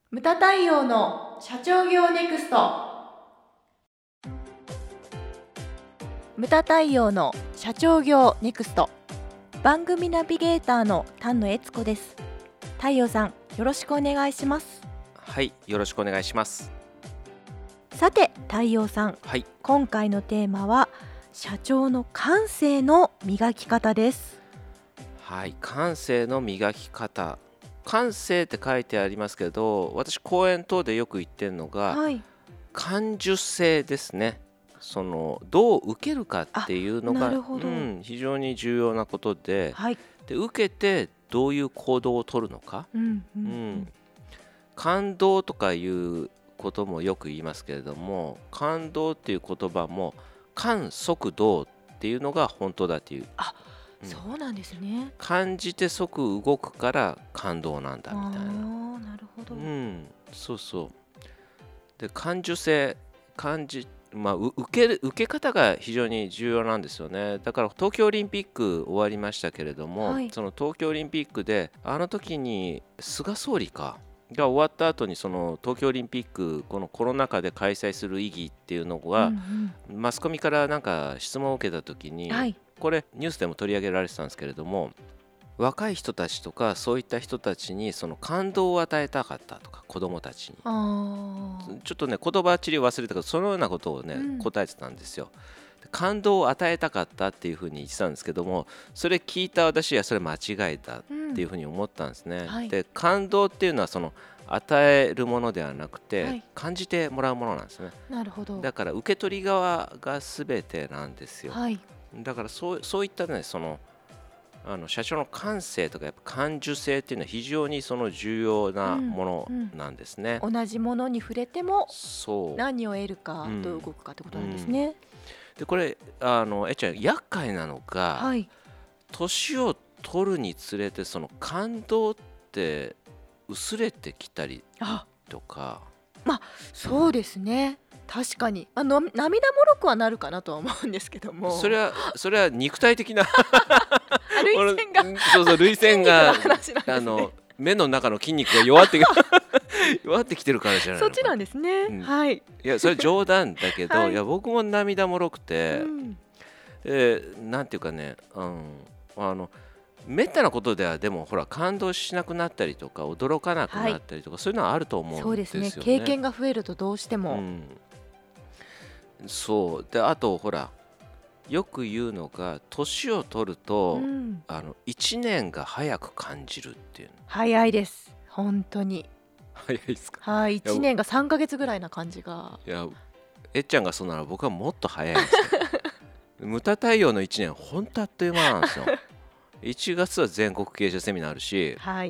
ムタ太陽の社長業ネクスト。ムタ太陽の社長業ネクスト、番組ナビゲーターの丹野悦子です。太陽さん、よろしくお願いします。 はい、よろしくお願いします。 さて太陽さん、 はい、 今回のテーマは社長の感性の磨き方です。 はい、感性の磨き方。感性って書いてありますけど、私講演等でよく言ってるのが、 はい、 感受性ですね。どう受けるかっていうのが、 なるほど、 非常に重要なことで、 はい、 で受けてどういう行動を取るのか、感動とかいうこともよく言いますけれども、感動っていう言葉も感即動っていうのが本当だという。 そうなんですね。 感じて即動くから感動なんだみたいな。 なるほど。 そうそう。で、感受性、受け方が非常に重要なんですよね。だから東京オリンピック終わりましたけれども、 はい、 その東京オリンピックであの時に菅総理が終わった後に、その東京オリンピックこのコロナ禍で開催する意義っていうのが、マスコミからなんか質問を受けた時に、 はい、 これニュースでも取り上げられてたんですけれども、若い人たちとかそういった人たちにその感動を与えたかったとか、子どもたちにちょっとね、言葉っちり忘れたけど、そのようなことをね、答えてたんですよ。感動を与えたかったっていうふうに言ってたんですけども、それ聞いた私はそれ間違いだっていうふうに思ったんですね。で、感動っていうのはその与えるものではなくて、感じてもらうものなんですね。 なるほど。 だから受け取り側が全てなんですよ。 はい、 だからそういったね、社長の感性とかやっぱ感受性っていうのは非常にその重要なものなんですね。 同じものに触れてもそう、 何を得るか、どう動くかってことなんですね。 でこれちゃん厄介なのが、 はい、 年を取るにつれてその感動って薄れてきたりとか。 そうですね。確かに涙もろくはなるかなとは思うんですけども、 それは肉体的な涙腺が涙腺が筋肉の話なんですね。 目の中の筋肉が弱ってきてるからじゃないの。 そっちなんですね。はい。 いや、それ冗談だけど、 はい、 いや僕も涙もろくて、なんていうかね、めったなことではでもほら感動しなくなったりとか驚かなくなったりとか、そういうのはあると思うんですよね。 そうですね。経験が増えるとどうしても、 そうで、あとほらよく言うのが、年を取ると、1年が早く感じるっていうの。 早いです。本当に早いですか。 はい。1年が3ヶ月ぐらいな感じが。 いや、えっちゃんがそうなら僕はもっと早いんですよ。ムタ太陽の1年ほんとあっという間なんですよ。1月は全国経営者セミナーあるし、 はい、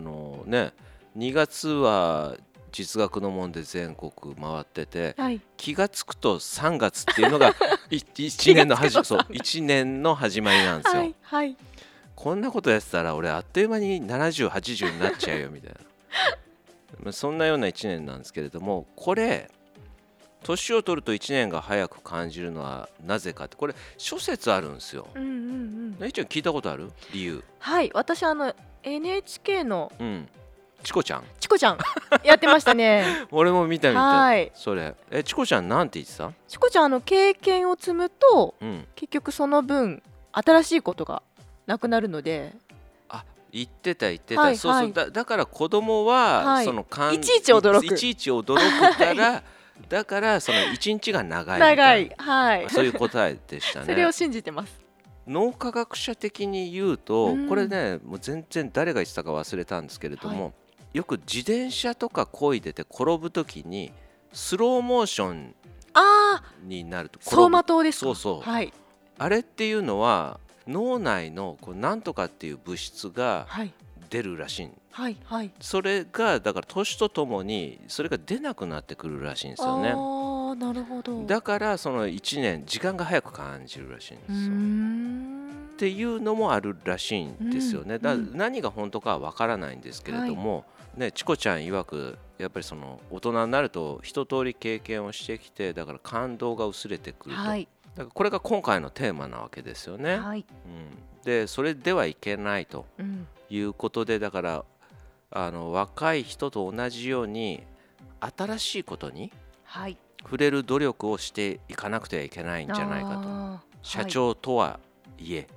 2月は実学のもんで全国回ってて、 はい、 気がつくと3月っていうのが1年の1年の始まりなんですよ。 はいはい、 こんなことやってたら俺あっという間に70、80になっちゃうよみたいなそんなような1年なんですけれども、これ年を取ると1年が早く感じるのはなぜかって、これ諸説あるんですよ。えいちゃん聞いたことある理由。 はい、私NHK のチコちゃんやってましたね。 俺も見た。 はい、 それチコちゃんなんて言ってた？ チコちゃん経験を積むと、結局その分新しいことがなくなるので。 言ってた、 はい、 そう、だから子供は、そのいちいち驚くからだからその1日が長いみたいな、 はい、 そういう答えでしたね。 それを信じてます。 脳科学者的に言うと、これね、もう全然誰が言ってたか忘れたんですけれども、よく自転車とか漕いでて転ぶときにスローモーションになると、 走馬灯ですか？ そう、 はい、 あれっていうのは脳内のなんとかっていう物質が出るらしい、それがだから年とともにそれが出なくなってくるらしいんですよね。 なるほど。 だからその1年時間が早く感じるらしいんですよ。っていうのもあるらしいんですよね。何が本当かは分からないんですけれども、チコちゃん曰くやっぱりその大人になると一通り経験をしてきて、だから感動が薄れてくると、だからこれが今回のテーマなわけですよね。でそれではいけないということで、だから若い人と同じように新しいことにはい触れる努力をしていかなくてはいけないんじゃないかと。社長とはいえ、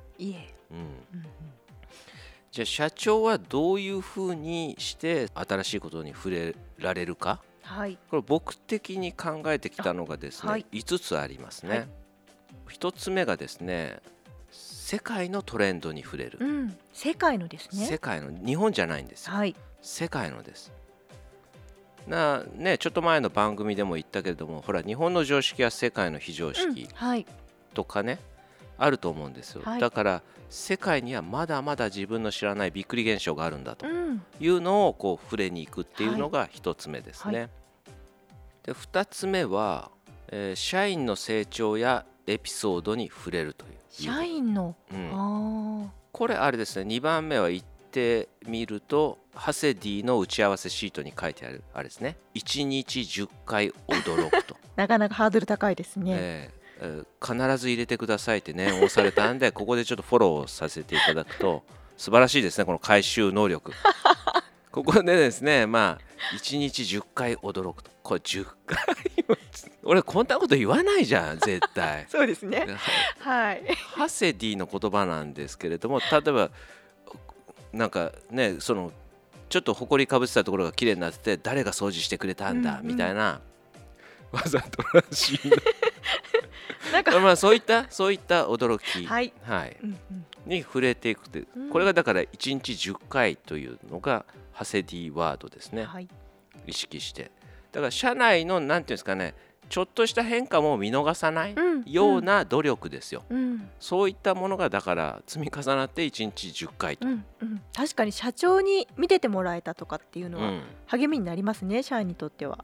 じゃあ社長はどういうふうにして新しいことに触れられるか、これ僕的に考えてきたのがですね、5つありますね。1つ目がですね、世界のトレンドに触れる、 世界のですね。 世界の、日本じゃないんですよ、世界のです。ちょっと前の番組でも言ったけれども、ほら日本の常識は世界の非常識とかね、あると思うんですよ。だから世界にはまだまだ自分の知らないびっくり現象があるんだというのをこう触れに行くっていうのが1つ目ですね。で2つ目は、社員の成長やエピソードに触れるという。 社員の、 これあれですね、2番目は言ってみるとハセディの打ち合わせシートに書いてあるあれですね、1日10回驚くとなかなかハードル高いですね。 必ず入れてくださいって念を押されたんでここでちょっとフォローさせていただくと素晴らしいですね、この回収能力ここでですね、1日10回驚くと、これ10回俺こんなこと言わないじゃん絶対そうですねはい。 ハセディの言葉なんですけれども、例えばなんかね、そのちょっと埃かぶってたところが綺麗になってて、誰が掃除してくれたんだ、みたいなわざとらしいなんかそういった驚き、に触れていくという、これがだから1日10回というのがハセディワードですね、意識して。だから社内のなんていうんですかね、ちょっとした変化も見逃さないような努力ですよ、そういったものがだから積み重なって1日10回と、 確かに社長に見ててもらえたとかっていうのは励みになりますね、社員にとっては。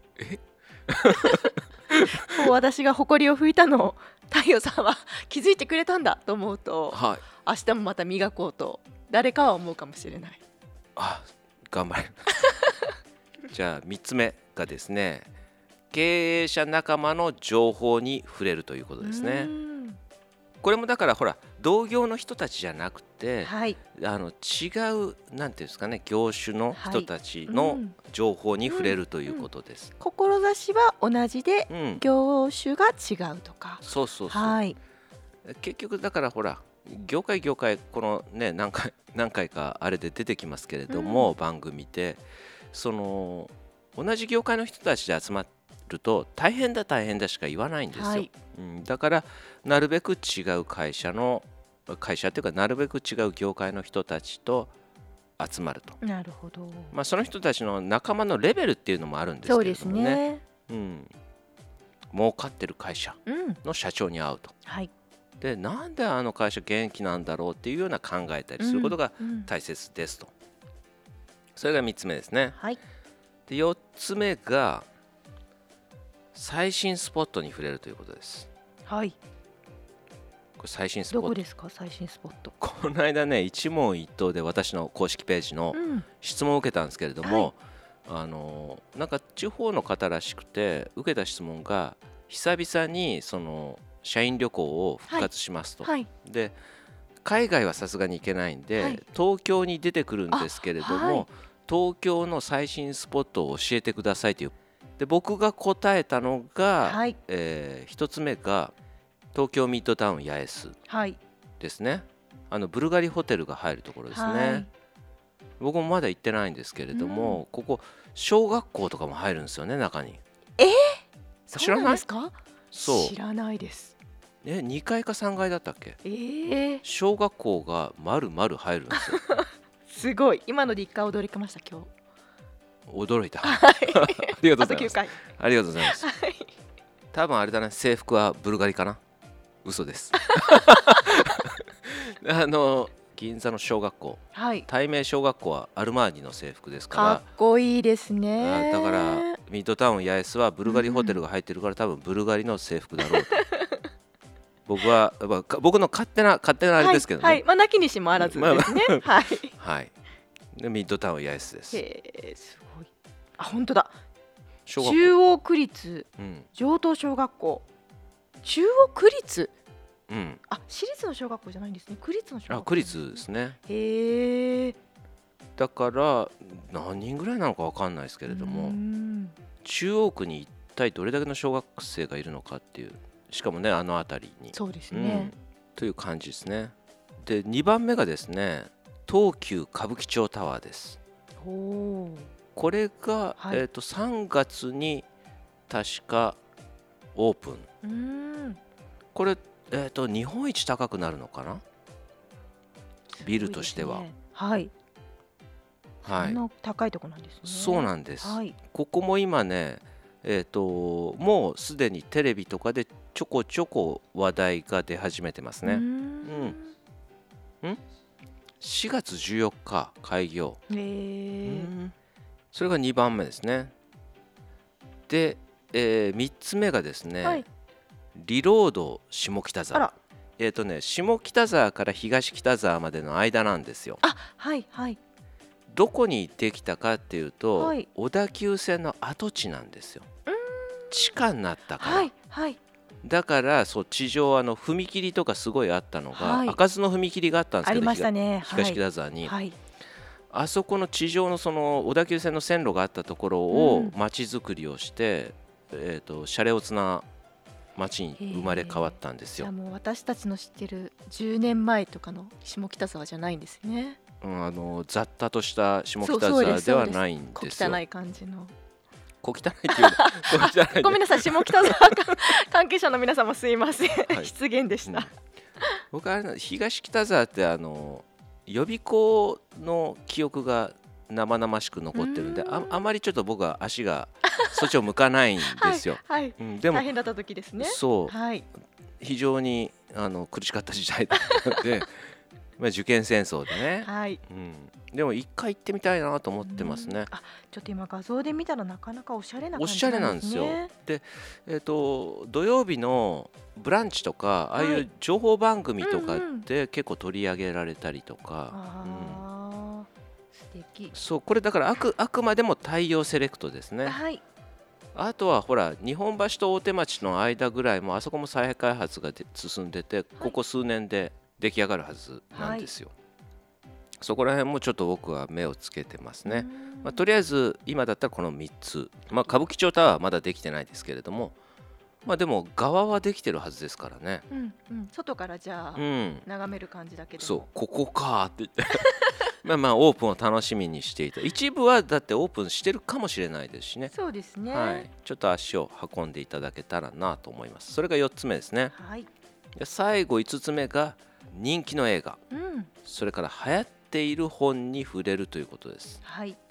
もう私が誇りを拭いたのを太陽さんは気づいてくれたんだと思うと、明日もまた磨こうと誰かは思うかもしれない。 頑張るじゃあ3つ目がですね、経営者仲間の情報に触れるということですね。これもだからほら同業の人たちじゃなくて、違うなんていうんですかね、業種の人たちの情報に触れるということです。 志は同じで、業種が違うとか。 そう、結局だからほら業界このね何回かあれで出てきますけれども、番組でその同じ業界の人たちで集まると大変だしか言わないんですよ、だからなるべく違う会社っていうか、なるべく違う業界の人たちと集まると。 なるほど。 その人たちの仲間のレベルっていうのもあるんですけれどもね。儲かってる会社の社長に会うと、でなんであの会社元気なんだろうっていうような考えたりすることが大切ですと、それが3つ目ですね。で4つ目が最新スポットに触れるということです。これ最新スポット、 どこですか、最新スポット。 この間ね、一問一答で私の公式ページの質問を受けたんですけれども、なんか地方の方らしくて受けた質問が、久々にその社員旅行を復活しますと、で海外はさすがに行けないんで、東京に出てくるんですけれども、東京の最新スポットを教えてくださいという。で僕が答えたのが、1つ目が東京ミッドタウン八重洲ですね、ブルガリホテルが入るところですね、僕もまだ行ってないんですけれども、ここ小学校とかも入るんですよね、中に。 知らないですか？ そう、 知らないです。 2階か3階だったっけ、小学校が丸々入るんですよすごい、今ので1回驚きました。今日驚いたありがとうございます。ありがとうございます。多分あれだね、制服はブルガリかな。嘘です銀座の小学校、対名小学校はアルマーニの制服ですから、 かっこいいですね。 だからミッドタウン八重洲はブルガリホテルが入ってるから、多分ブルガリの制服だろうと僕の勝手なあれですけどね、 なきにしもあらずですね。 でミッドタウン八重洲です。 すごい。本当だ、 中央区立城東小学校。中央区立、私立の小学校じゃないんですね。区立の小学校。 区立ですね。 だから何人ぐらいなのか分かんないですけれども、中央区に一体どれだけの小学生がいるのかっていう、しかもねあの辺りに、 そうですね、 という感じですね。で2番目がですね東急歌舞伎町タワーです。これが、3月に確かオープン。これ、日本一高くなるのかな、ビルとしては。 はい、そんな高いとこなんですね。 そうなんです、ここも今ね、もうすでにテレビとかでちょこちょこ話題が出始めてますね。4月14日開業。それが2番目ですね。で、3つ目がですね、リロード下北沢。下北沢から東北沢までの間なんですよ。どこにできたかっていうと、小田急線の跡地なんですよ。地下になったから、だからそう地上踏切とかすごいあったのが、開かずの踏切があったんですけど、東北沢に、あそこの地上のその小田急線の線路があったところを街づくりをして、シャレオツな街に生まれ変わったんですよ。 じゃあもう私たちの知ってる10年前とかの下北沢じゃないんですね。 雑多とした下北沢ではないんですよ。 小汚い感じの。 小汚いっていうごめんなさい、下北沢関係者の皆様すいません、失言でした。 僕は東北沢って予備校の記憶が生々しく残ってるんで、あまりちょっと僕は足がそっちを向かないんですよ。 でも大変だった時ですね。 そう、非常に苦しかった時代だったので受験戦争でね、でも一回行ってみたいなと思ってますね。 ちょっと今画像で見たらなかなかおしゃれな感じなんですね。 おしゃれなんですよ。で、土曜日のブランチとかああいう情報番組とかで結構取り上げられたりとか、 素敵。 そう、これだからあくまでも太陽セレクトですね。あとはほら日本橋と大手町の間ぐらいもあそこも再開発が進んでて、ここ数年で出来上がるはずなんですよ。そこら辺もちょっと僕は目をつけてますね。とりあえず今だったらこの3つ、歌舞伎町タワーはまだできてないですけれども、でも側はできてるはずですからね。 外からじゃあ、眺める感じだけでも、 そうここかって言ってオープンを楽しみにしていた。一部はだってオープンしてるかもしれないですしね。 そうですね、 ちょっと足を運んでいただけたらなと思います。それが4つ目ですね。で最後5つ目が人気の映画、それから流行っている本に触れるということです。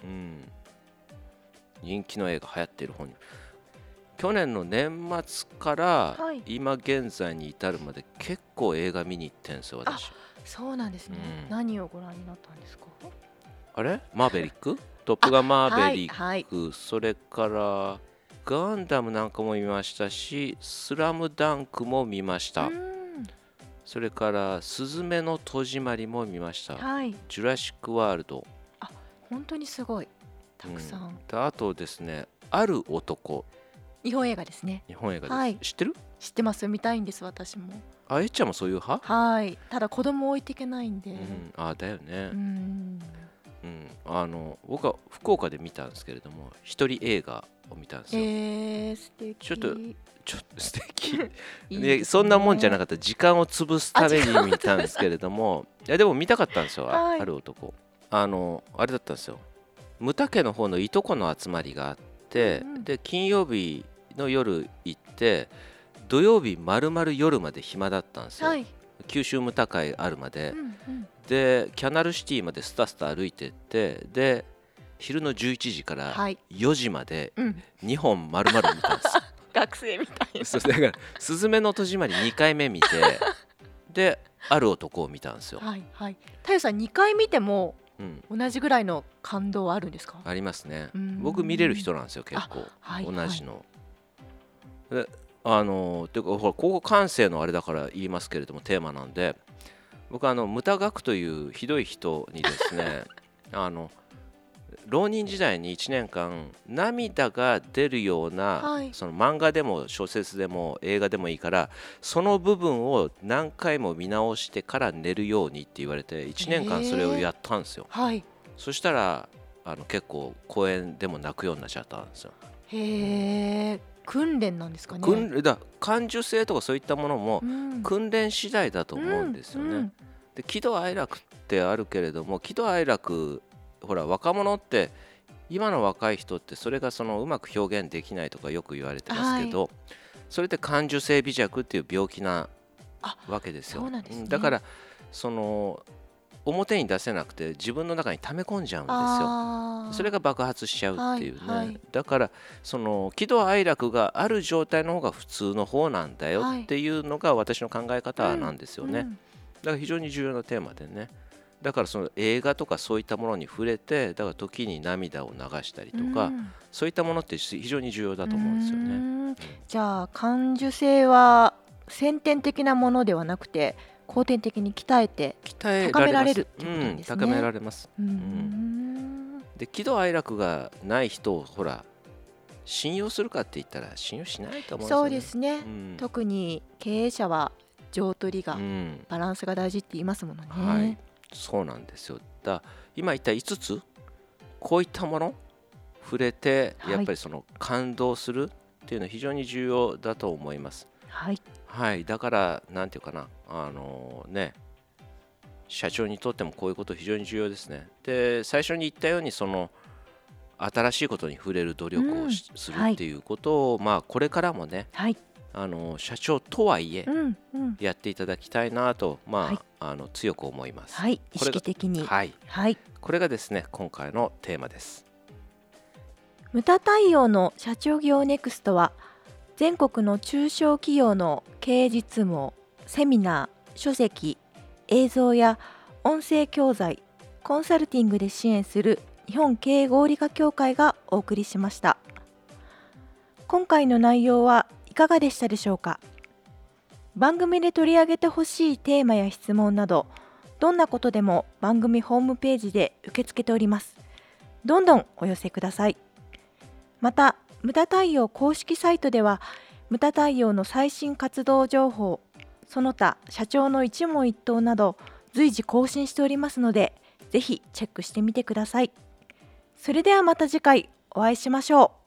人気の映画、流行っている本に、去年の年末から今現在に至るまで結構映画見に行ってんですよ、私。 そうなんですね、何をご覧になったんですか？ あれマーヴェリック、トップガンマーヴェリック、それからガンダムなんかも見ましたし、スラムダンクも見ました。それからすずめの戸締まりも見ました。ジュラシックワールド。 本当にすごいたくさん。 あとですね、ある男、 日本映画ですね。 日本映画です、知ってる？ 知ってます、見たいんです私も。 えっちゃんもそういう派？ ただ子供置いていけないんで。 だよね。僕は福岡で見たんですけれども、一人映画を見たんですよ。 素敵。 ちょっと素敵でそんなもんじゃなかった。時間を潰すために見たんですけれどもでも見たかったんですよ、ある男。あれだったんですよ、ムタ家の方のいとこの集まりがあって、で金曜日の夜行って土曜日丸々夜まで暇だったんですよ、九州ムタ会あるまで、でキャナルシティまでスタスタ歩いてって、で昼の11時から4時まで2本丸々見たんですよ学生みたいな。 そうだからすずめの戸締まり2回目見てである男を見たんですよ。 太陽さん2回見ても同じぐらいの感動はあるんですか？ ありますね。僕見れる人なんですよ、結構同じの。ていうかほらここ感性のあれだから言いますけれども、テーマなんで、僕ムタ学というひどい人にですね浪人時代に1年間涙が出るような、その漫画でも小説でも映画でもいいからその部分を何回も見直してから寝るようにって言われて1年間それをやったんですよ。 そしたら結構公園でも泣くようになっちゃったんですよ。 へえ、訓練なんですかね。 感受性とかそういったものも訓練次第だと思うんですよね。で喜怒哀楽ってあるけれども、喜怒哀楽、ほら若者って今の若い人ってそれがうまく表現できないとかよく言われてますけど、それって感受性微弱っていう病気なわけですよ。 そうなんですね。 だから表に出せなくて自分の中に溜め込んじゃうんですよ。それが爆発しちゃうっていうね、だから喜怒哀楽がある状態の方が普通の方なんだよっていうのが私の考え方なんですよね。だから非常に重要なテーマでね、だから映画とかそういったものに触れて、だから時に涙を流したりとか、そういったものって非常に重要だと思うんですよね。 じゃあ感受性は先天的なものではなくて後天的に鍛えて高められるってことなんですね。 高められます。で喜怒哀楽がない人をほら信用するかって言ったら信用しないと思うんですよね。 そうですね、特に経営者は情取りが、バランスが大事って言いますものね。 そうなんですよ。今言った5つこういったもの触れてやっぱり感動するっていうのは非常に重要だと思います。だからなんていうかな、社長にとってもこういうこと非常に重要ですね。で最初に言ったように新しいことに触れる努力をするっていうことを、これからもね、社長とはいえやっていただきたいなと、強く思います。 意識的に。 これがですね今回のテーマです。 ムタ対応の社長業ネクストは全国の中小企業の経営実務をセミナー、書籍、映像や音声教材、コンサルティングで支援する日本経営合理化協会がお送りしました。今回の内容はいかがでしたでしょうか。番組で取り上げてほしいテーマや質問など、どんなことでも番組ホームページで受け付けております。どんどんお寄せください。また、ムタ対応公式サイトでは、ムタ対応の最新活動情報、その他社長の一問一答など随時更新しておりますので、ぜひチェックしてみてください。それではまた次回お会いしましょう。